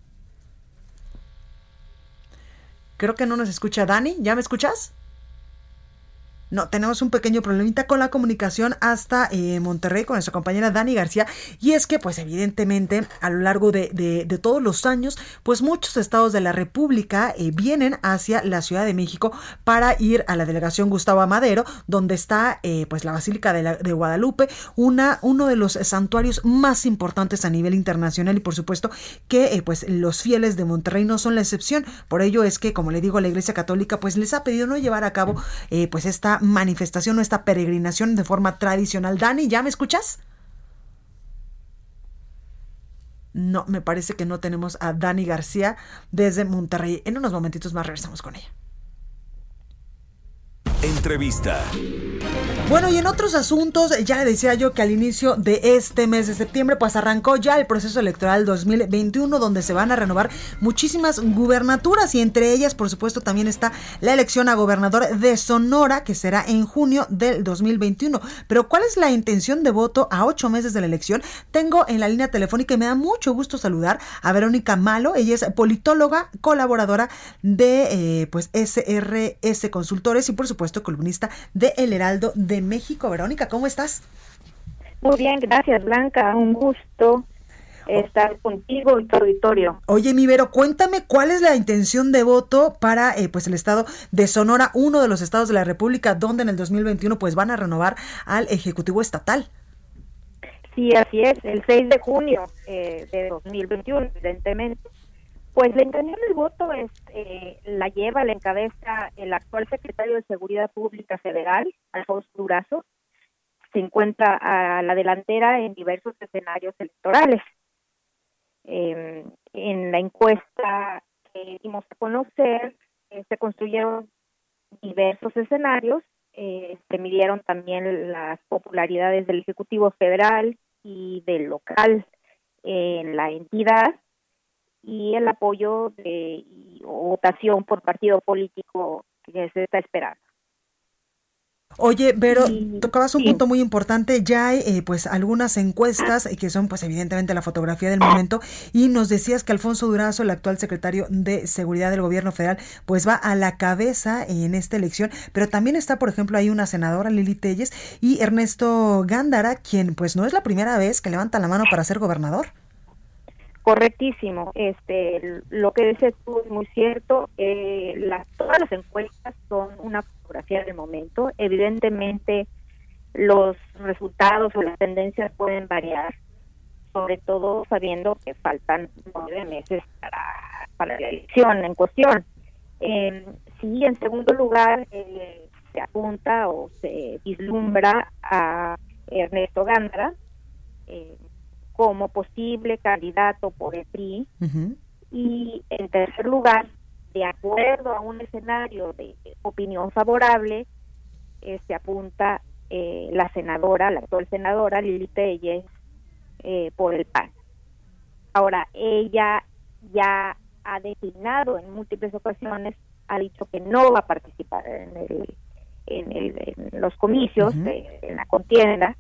Creo que no nos escucha Dani. ¿Ya me escuchas? No, tenemos un pequeño problemita con la comunicación hasta eh, Monterrey con nuestra compañera Dani García, y es que pues evidentemente a lo largo de, de, de todos los años pues muchos estados de la República eh, vienen hacia la Ciudad de México para ir a la delegación Gustavo Amadero, donde está eh, pues la Basílica de, la, de Guadalupe, una, uno de los santuarios más importantes a nivel internacional, y por supuesto que eh, pues los fieles de Monterrey no son la excepción. Por ello es que, como le digo, la Iglesia Católica pues les ha pedido no llevar a cabo eh, pues esta manifestación o esta peregrinación de forma tradicional. Dani, ¿ya me escuchas? No, me parece que no tenemos a Dani García desde Monterrey. En unos momentitos más regresamos con ella. Entrevista. Bueno, y en otros asuntos, ya le decía yo que al inicio de este mes de septiembre, pues arrancó ya el proceso electoral dos mil veintiuno, donde se van a renovar muchísimas gubernaturas, y entre ellas, por supuesto, también está la elección a gobernador de Sonora, que será en junio del dos mil veintiuno. Pero ¿cuál es la intención de voto a ocho meses de la elección? Tengo en la línea telefónica, y me da mucho gusto saludar a Verónica Malo. Ella es politóloga, colaboradora de eh, pues S R S Consultores y por supuesto columnista de El Heraldo de México. Verónica, ¿cómo estás? Muy bien, gracias, Blanca. Un gusto estar contigo y tu auditorio. Oye, mi Vero, cuéntame cuál es la intención de voto para eh, pues el estado de Sonora, uno de los estados de la República donde en el dos mil veintiuno pues van a renovar al Ejecutivo Estatal. Sí, así es, el seis de junio eh, de dos mil veintiuno, evidentemente. Pues la intención del voto es, eh, la lleva, la encabeza el actual secretario de Seguridad Pública Federal, Alfonso Durazo. Se encuentra a la delantera en diversos escenarios electorales. Eh, en la encuesta que dimos a conocer, eh, se construyeron diversos escenarios, eh, se midieron también las popularidades del Ejecutivo Federal y del local en la entidad, y el apoyo de o votación por partido político que se está esperando. Oye, Vero, y, tocabas un sí. punto muy importante. Ya hay eh, pues algunas encuestas eh, que son pues evidentemente la fotografía del momento, y nos decías que Alfonso Durazo, el actual secretario de Seguridad del Gobierno Federal, pues va a la cabeza en esta elección, pero también está, por ejemplo, ahí una senadora, Lili Téllez, y Ernesto Gándara, quien pues no es la primera vez que levanta la mano para ser gobernador. Correctísimo, este, lo que dices tú es muy cierto. Eh, las, todas las encuestas son una fotografía del momento. Evidentemente, los resultados o las tendencias pueden variar, sobre todo sabiendo que faltan nueve meses para, para la elección en cuestión. Eh, sí, en segundo lugar, eh, se apunta o se vislumbra a Ernesto Gándara, eh, como posible candidato por el P R I, uh-huh. Y en tercer lugar, de acuerdo a un escenario de opinión favorable, eh, se apunta eh, la senadora, la actual senadora Lili Téllez, eh, por el P A N. Ahora, ella ya ha declinado en múltiples ocasiones, ha dicho que no va a participar en, el, en, el, en los comicios, uh-huh. de, en la contienda,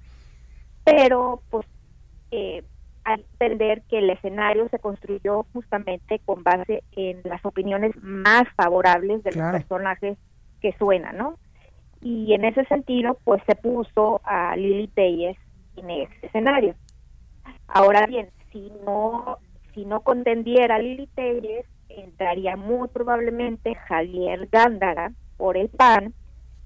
pero pues Eh, a entender que el escenario se construyó justamente con base en las opiniones más favorables de claro. los personajes que suenan, ¿no? Y en ese sentido, pues se puso a Lili Téllez en ese escenario. Ahora bien, si no, si no contendiera Lili Téllez, entraría muy probablemente Javier Gándara por el P A N,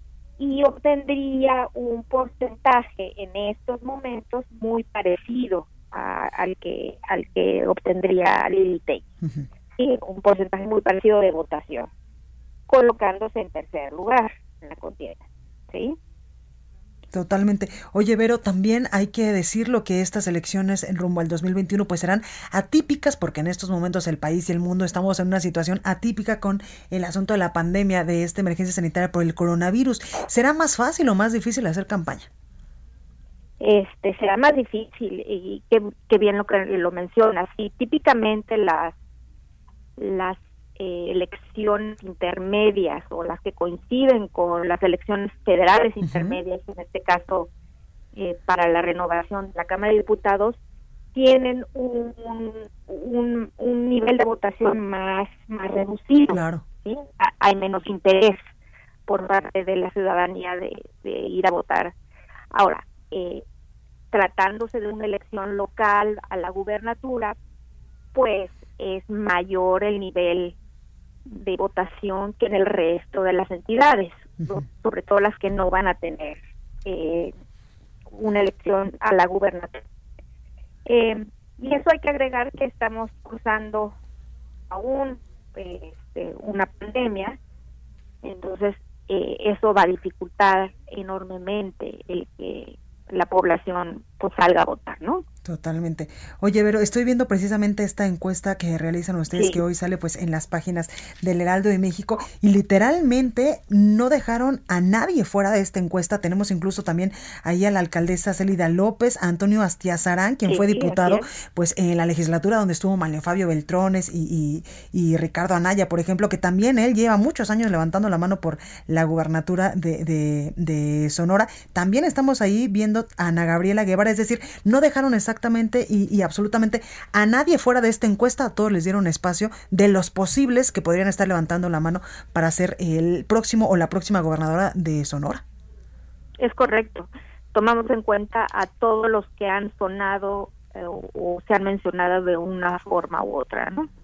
y obtendría un porcentaje en estos momentos muy parecido a, al que al que obtendría Lili Téllez, uh-huh. Y un porcentaje muy parecido de votación, colocándose en tercer lugar en la contienda, ¿sí? Totalmente. Oye, Vero, también hay que decirlo que estas elecciones en rumbo al dos mil veintiuno pues serán atípicas, porque en estos momentos el país y el mundo estamos en una situación atípica con el asunto de la pandemia, de esta emergencia sanitaria por el coronavirus. ¿Será más fácil o más difícil hacer campaña? Este, será más difícil, y qué, qué bien lo que lo mencionas. Y típicamente las las Eh, elecciones intermedias o las que coinciden con las elecciones federales uh-huh. intermedias, en este caso eh, para la renovación de la Cámara de Diputados, tienen un, un, un nivel de votación más, más reducido. Claro. ¿Sí? Hay menos interés por parte de la ciudadanía de, de ir a votar. Ahora, eh, tratándose de una elección local a la gubernatura, pues es mayor el nivel de votación que en el resto de las entidades, uh-huh. sobre todo las que no van a tener eh, una elección a la gubernatura. Eh, y eso hay que agregar que estamos cruzando aún este, una pandemia, entonces eh, eso va a dificultar enormemente el que la población pues salga a votar, ¿no? Totalmente. Oye, Vero, estoy viendo precisamente esta encuesta que realizan ustedes, sí. que hoy sale pues en las páginas del Heraldo de México, y literalmente no dejaron a nadie fuera de esta encuesta. Tenemos incluso también ahí a la alcaldesa Célida López, a Antonio Astiazarán, quien sí, fue diputado pues en la legislatura donde estuvo Manlio Fabio Beltrones y, y, y Ricardo Anaya, por ejemplo, que también él lleva muchos años levantando la mano por la gubernatura de, de, de Sonora. También estamos ahí viendo a Ana Gabriela Guevara, es decir, no dejaron exactamente Exactamente y, y absolutamente a nadie fuera de esta encuesta. A todos les dieron espacio de los posibles que podrían estar levantando la mano para ser el próximo o la próxima gobernadora de Sonora. Es correcto. Tomamos en cuenta a todos los que han sonado eh, o, o se han mencionado de una forma u otra, ¿no?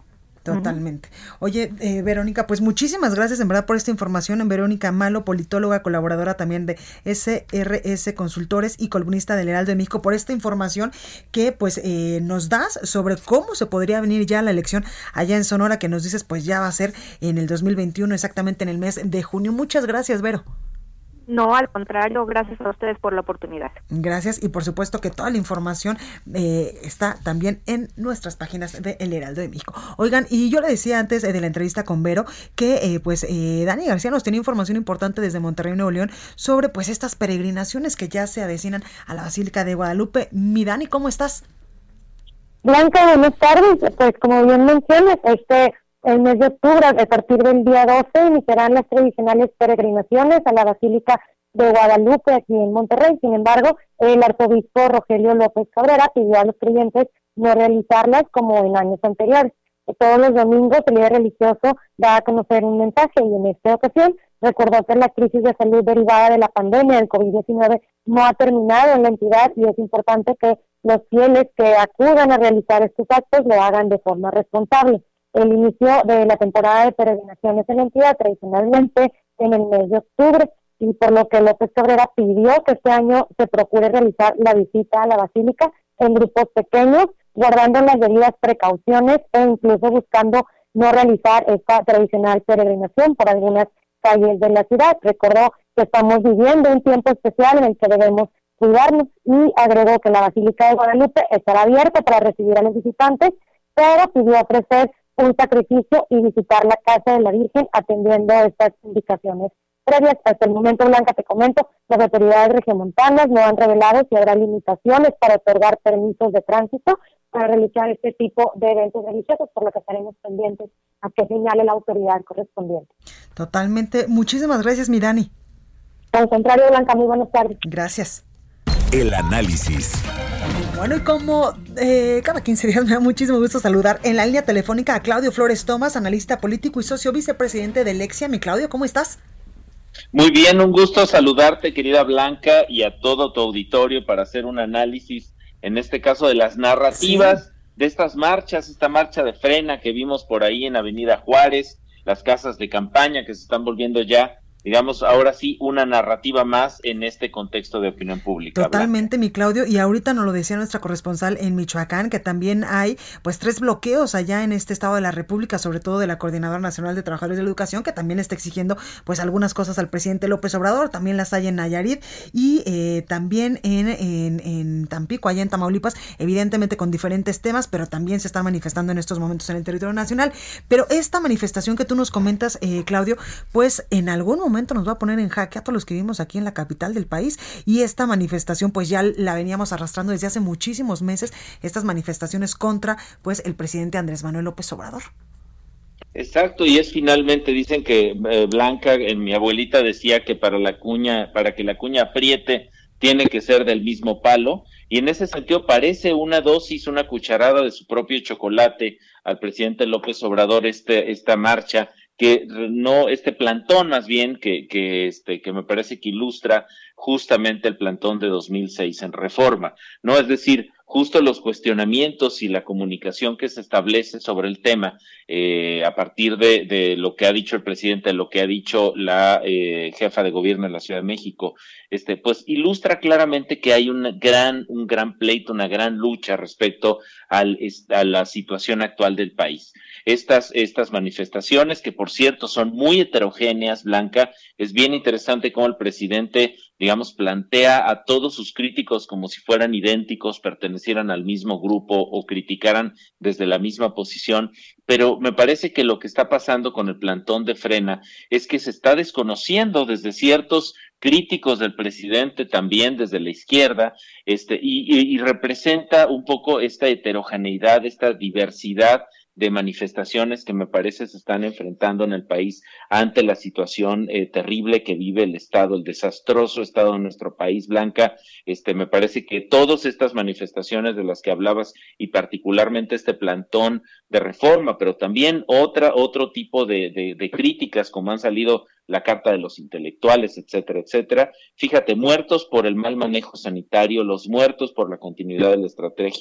Totalmente. Oye, eh, Verónica, pues muchísimas gracias en verdad por esta información. En Verónica Malo, politóloga, colaboradora también de S R S Consultores y columnista del Heraldo de México, por esta información que pues eh, nos das sobre cómo se podría venir ya la elección allá en Sonora, que nos dices pues ya va a ser en el dos mil veintiuno, exactamente en el mes de junio. Muchas gracias, Vero. No, al contrario, gracias a ustedes por la oportunidad. Gracias, y por supuesto que toda la información eh, está también en nuestras páginas de El Heraldo de México. Oigan, y yo le decía antes eh, de la entrevista con Vero que eh, pues eh, Dani García nos tenía información importante desde Monterrey, Nuevo León, sobre pues estas peregrinaciones que ya se avecinan a la Basílica de Guadalupe. Mi Dani, ¿cómo estás? Blanca, buenas tardes. Pues como bien mencionas, este el mes de octubre, a partir del día doce, iniciarán las tradicionales peregrinaciones a la Basílica de Guadalupe aquí en Monterrey. Sin embargo, el arzobispo Rogelio López Cabrera pidió a los creyentes no realizarlas como en años anteriores. Todos los domingos el líder religioso da a conocer un mensaje, y en esta ocasión recordó que la crisis de salud derivada de la pandemia del covid diecinueve no ha terminado en la entidad, y es importante que los fieles que acudan a realizar estos actos lo hagan de forma responsable. El inicio de la temporada de peregrinaciones en la entidad tradicionalmente en el mes de octubre, y por lo que López Cabrera pidió que este año se procure realizar la visita a la Basílica en grupos pequeños, guardando las debidas precauciones e incluso buscando no realizar esta tradicional peregrinación por algunas calles de la ciudad. Recordó que estamos viviendo un tiempo especial en el que debemos cuidarnos, y agregó que la Basílica de Guadalupe estará abierta para recibir a los visitantes, pero pidió ofrecer un sacrificio y visitar la casa de la Virgen atendiendo estas indicaciones previas. Hasta el momento, Blanca, te comento, las autoridades regiomontanas no han revelado si habrá limitaciones para otorgar permisos de tránsito para realizar este tipo de eventos religiosos, por lo que estaremos pendientes a que señale la autoridad correspondiente. Totalmente. Muchísimas gracias, mi Dani. Al contrario, Blanca, muy buenas tardes. Gracias. El análisis. Bueno, y como eh, cada quince días me da muchísimo gusto saludar en la línea telefónica a Claudio Flores Tomás, analista político y socio vicepresidente de Lexia. Mi Claudio, ¿cómo estás? Muy bien, un gusto saludarte, querida Blanca, y a todo tu auditorio para hacer un análisis, en este caso de las narrativas, sí, de estas marchas, esta marcha de Frena que vimos por ahí en Avenida Juárez, las casas de campaña que se están volviendo ya, digamos, ahora sí, una narrativa más en este contexto de opinión pública. Totalmente, Blanca. Mi Claudio, y ahorita nos lo decía nuestra corresponsal en Michoacán, que también hay pues tres bloqueos allá en este estado de la República, sobre todo de la Coordinadora Nacional de Trabajadores de la Educación, que también está exigiendo pues algunas cosas al presidente López Obrador. También las hay en Nayarit y eh, también en, en, en Tampico, allá en Tamaulipas, evidentemente con diferentes temas, pero también se están manifestando en estos momentos en el territorio nacional. Pero esta manifestación que tú nos comentas, eh, Claudio, pues en algún momento momento nos va a poner en jaque a todos los que vivimos aquí en la capital del país, y esta manifestación pues ya la veníamos arrastrando desde hace muchísimos meses, estas manifestaciones contra pues el presidente Andrés Manuel López Obrador. Exacto, y es finalmente, dicen que eh, Blanca, eh, mi abuelita decía que para la cuña, para que la cuña apriete, tiene que ser del mismo palo, y en ese sentido parece una dosis, una cucharada de su propio chocolate al presidente López Obrador este esta marcha, que no, este plantón más bien, que, que este, que me parece que ilustra justamente el plantón de dos mil seis en Reforma, ¿no? Es decir, justo los cuestionamientos y la comunicación que se establece sobre el tema, eh, a partir de, de lo que ha dicho el presidente, lo que ha dicho la eh, jefa de gobierno de la Ciudad de México, este, pues ilustra claramente que hay un gran, un gran pleito, una gran lucha respecto al, a la situación actual del país. Estas, estas manifestaciones, que por cierto son muy heterogéneas, Blanca, es bien interesante cómo el presidente, digamos, plantea a todos sus críticos como si fueran idénticos, pertenecieran al mismo grupo o criticaran desde la misma posición, pero me parece que lo que está pasando con el plantón de Frena es que se está desconociendo desde ciertos críticos del presidente, también desde la izquierda, este, y, y, y representa un poco esta heterogeneidad, esta diversidad de manifestaciones que me parece se están enfrentando en el país ante la situación eh, terrible que vive el Estado, el desastroso Estado de nuestro país, Blanca. Este, me parece que todas estas manifestaciones de las que hablabas, y particularmente este plantón de Reforma, pero también otra, otro tipo de, de, de críticas, como han salido la Carta de los Intelectuales, etcétera, etcétera. Fíjate, muertos por el mal manejo sanitario, los muertos por la continuidad de la estrategia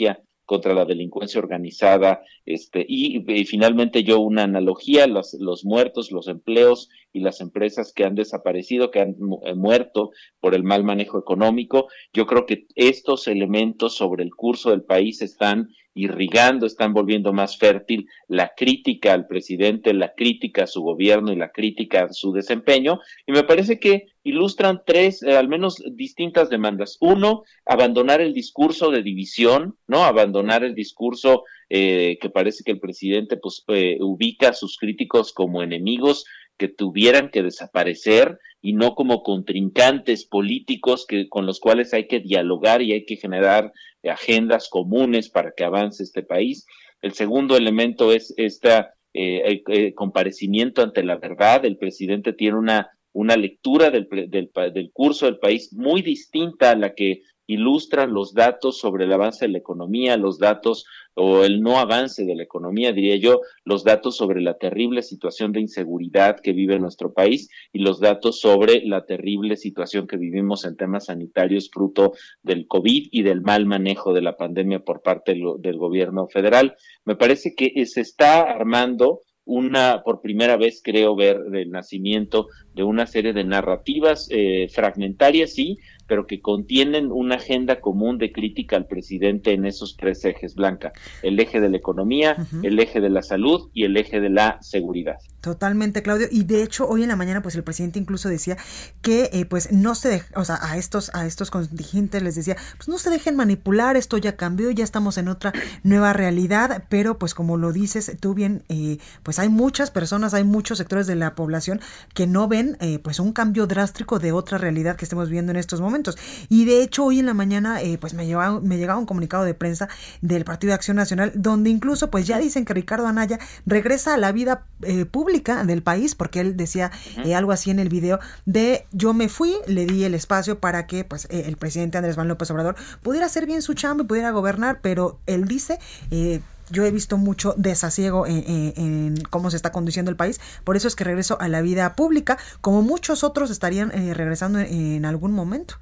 contra la delincuencia organizada, este, y, y finalmente yo una analogía, los, los muertos, los empleos y las empresas que han desaparecido, que han mu- eh, muerto por el mal manejo económico. Yo creo que estos elementos sobre el curso del país están irrigando, están volviendo más fértil la crítica al presidente, la crítica a su gobierno y la crítica a su desempeño, y me parece que ilustran tres, eh, al menos distintas demandas. Uno, abandonar el discurso de división, ¿no? Abandonar el discurso eh, que parece que el presidente pues eh, ubica a sus críticos como enemigos que tuvieran que desaparecer y no como contrincantes políticos que con los cuales hay que dialogar y hay que generar agendas comunes para que avance este país. El segundo elemento es este eh, eh, comparecimiento ante la verdad. El presidente tiene una, una lectura del, del, del curso del país muy distinta a la que ilustran los datos sobre el avance de la economía, los datos o el no avance de la economía, diría yo, los datos sobre la terrible situación de inseguridad que vive nuestro país y los datos sobre la terrible situación que vivimos en temas sanitarios fruto del COVID y del mal manejo de la pandemia por parte del, del gobierno federal. Me parece que se está armando una, por primera vez creo ver el nacimiento de una serie de narrativas eh, fragmentarias, sí, pero que contienen una agenda común de crítica al presidente en esos tres ejes, Blanca: el eje de la economía, uh-huh. el eje de la salud y el eje de la seguridad. Totalmente, Claudio, y de hecho hoy en la mañana pues el presidente incluso decía que eh, pues no se deja, o sea, a estos a estos contingentes les decía, pues no se dejen manipular, esto ya cambió, ya estamos en otra nueva realidad, pero pues como lo dices tú bien, eh, pues hay muchas personas, hay muchos sectores de la población que no ven eh, pues un cambio drástico de otra realidad que estemos viendo en estos momentos. Y de hecho hoy en la mañana eh, pues me llegaba, me llegaba un comunicado de prensa del Partido de Acción Nacional donde incluso pues ya dicen que Ricardo Anaya regresa a la vida eh, pública del país, porque él decía eh, algo así en el video de yo me fui, le di el espacio para que pues eh, el presidente Andrés Manuel López Obrador pudiera hacer bien su chamba y pudiera gobernar, pero él dice eh, yo he visto mucho desasiego en, en, en cómo se está conduciendo el país, por eso es que regreso a la vida pública, como muchos otros estarían eh, regresando en, en algún momento.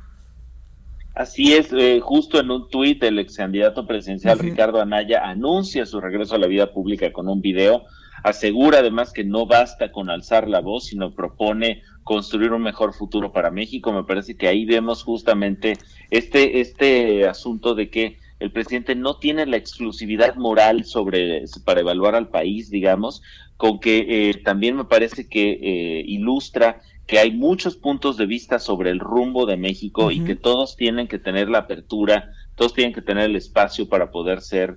Así es, eh, justo en un tuit el ex candidato presidencial uh-huh. Ricardo Anaya anuncia su regreso a la vida pública con un video. Asegura además que no basta con alzar la voz, sino propone construir un mejor futuro para México. Me parece que ahí vemos justamente este, este asunto de que el presidente no tiene la exclusividad moral sobre para evaluar al país, digamos, con que eh, también me parece que eh, ilustra que hay muchos puntos de vista sobre el rumbo de México uh-huh. y que todos tienen que tener la apertura, todos tienen que tener el espacio para poder ser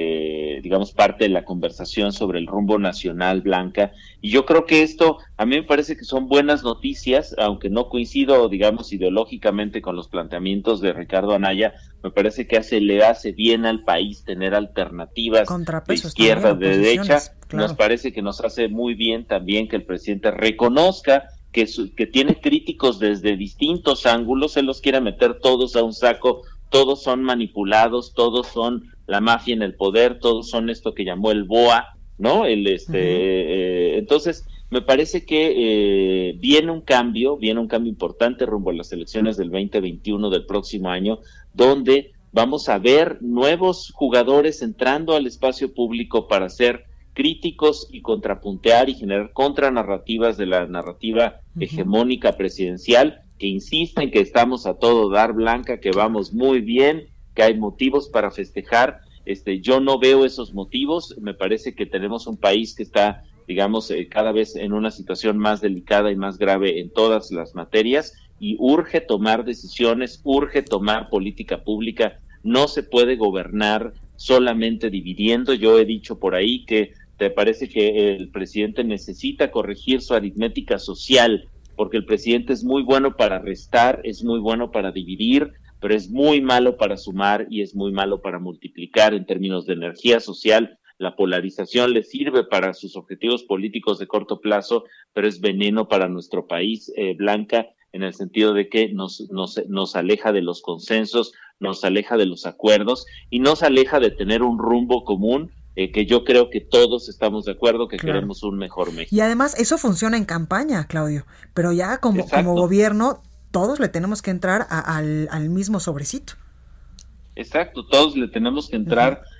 Eh, digamos, parte de la conversación sobre el rumbo nacional, Blanca. Y yo creo que esto, a mí me parece que son buenas noticias, aunque no coincido, digamos, ideológicamente con los planteamientos de Ricardo Anaya. Me parece que hace, le hace bien al país tener alternativas de izquierda, de derecha. Claro. Nos parece que nos hace muy bien también que el presidente reconozca que, su, que tiene críticos desde distintos ángulos, él los quiere meter todos a un saco, todos son manipulados, todos son la mafia en el poder, todos son esto que llamó el B O A, ¿no? El este, uh-huh. eh, entonces me parece que eh, viene un cambio, viene un cambio importante rumbo a las elecciones del veinte veintiuno del próximo año, donde vamos a ver nuevos jugadores entrando al espacio público para ser críticos y contrapuntear y generar contranarrativas de la narrativa uh-huh. hegemónica presidencial, que insisten que estamos a todo dar, Blanca, que vamos muy bien, que hay motivos para festejar. Este, yo no veo esos motivos. Me parece que tenemos un país que está, digamos, eh, cada vez en una situación más delicada y más grave en todas las materias, y urge tomar decisiones, urge tomar política pública. No se puede gobernar solamente dividiendo. Yo he dicho por ahí que te parece que el presidente necesita corregir su aritmética social, porque el presidente es muy bueno para restar, es muy bueno para dividir, pero es muy malo para sumar y es muy malo para multiplicar en términos de energía social. La polarización le sirve para sus objetivos políticos de corto plazo, pero es veneno para nuestro país, eh, Blanca, en el sentido de que nos, nos, nos aleja de los consensos, nos aleja de los acuerdos y nos aleja de tener un rumbo común. Eh, que yo creo que todos estamos de acuerdo que claro. queremos un mejor México. Y además eso funciona en campaña, Claudio, pero ya como, como gobierno todos le tenemos que entrar a, al, al mismo sobrecito. Exacto, todos le tenemos que entrar uh-huh.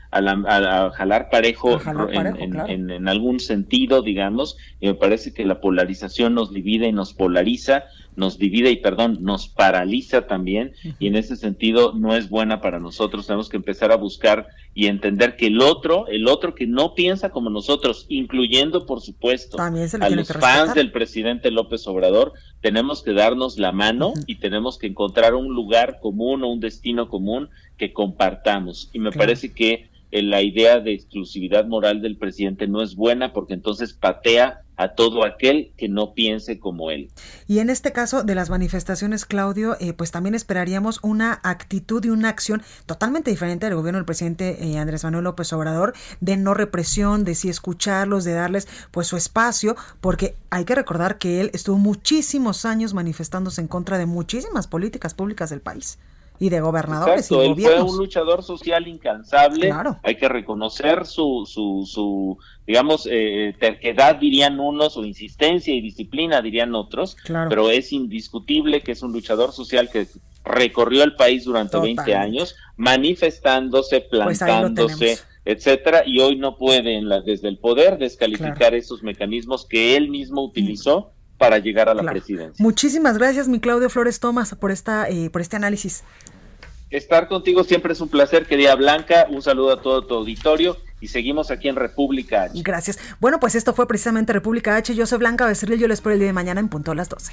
a, la, a, a jalar parejo, a jalar parejo en, claro. en, en, en algún sentido, digamos, y me parece que la polarización nos divide y nos polariza, nos divide y, perdón, nos paraliza también, uh-huh. y en ese sentido no es buena para nosotros. Tenemos que empezar a buscar y entender que el otro, el otro que no piensa como nosotros, incluyendo, por supuesto, a los fans del presidente López Obrador, tenemos que darnos la mano uh-huh. y tenemos que encontrar un lugar común o un destino común que compartamos. Y me claro. parece que eh, la idea de exclusividad moral del presidente no es buena, porque entonces patea a todo aquel que no piense como él. Y en este caso de las manifestaciones, Claudio, eh, pues también esperaríamos una actitud y una acción totalmente diferente del gobierno del presidente eh, Andrés Manuel López Obrador, de no represión, de sí escucharlos, de darles pues su espacio, porque hay que recordar que él estuvo muchísimos años manifestándose en contra de muchísimas políticas públicas del país. Y de gobernadores Exacto, y él gobiernos. Fue un luchador social incansable, claro. Hay que reconocer su, su, su digamos, eh, terquedad, dirían unos, o insistencia y disciplina, dirían otros, claro. Pero es indiscutible que es un luchador social que recorrió el país durante Totalmente. veinte años, manifestándose, plantándose, pues etcétera, y hoy no puede, en la, desde el poder, descalificar claro. esos mecanismos que él mismo utilizó mm. para llegar a la claro. presidencia. Muchísimas gracias, mi Claudio Flores Tomás, por esta eh, por este análisis. Estar contigo siempre es un placer, querida Blanca. Un saludo a todo tu auditorio y seguimos aquí en República H. Gracias. Bueno, pues esto fue precisamente República H. Yo soy Blanca Becerril, yo les espero el día de mañana en punto a las doce.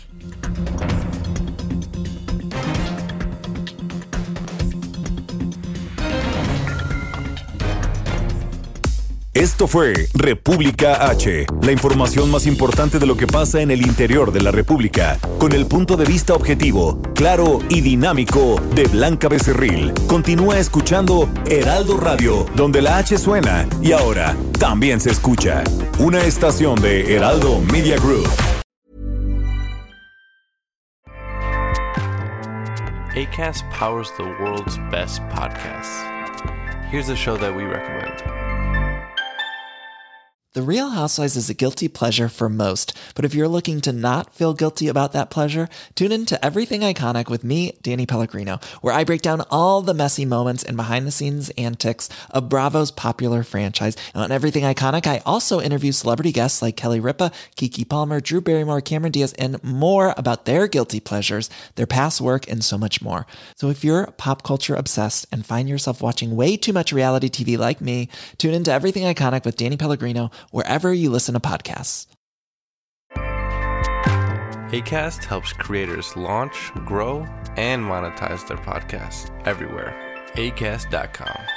Esto fue República H, la información más importante de lo que pasa en el interior de la República, con el punto de vista objetivo, claro y dinámico de Blanca Becerril. Continúa escuchando Heraldo Radio, donde la H suena y ahora también se escucha. Una estación de Heraldo Media Group. Acast powers the world's best podcasts. Here's a show that we recommend. The Real Housewives is a guilty pleasure for most, but if you're looking to not feel guilty about that pleasure, tune in to Everything Iconic with me, Danny Pellegrino, where I break down all the messy moments and behind-the-scenes antics of Bravo's popular franchise. And on Everything Iconic, I also interview celebrity guests like Kelly Ripa, Keke Palmer, Drew Barrymore, Cameron Diaz, and more about their guilty pleasures, their past work, and so much more. So if you're pop culture obsessed and find yourself watching way too much reality T V like me, tune into Everything Iconic with Danny Pellegrino, wherever you listen to podcasts. Acast helps creators launch, grow, and monetize their podcasts everywhere. Acast dot com.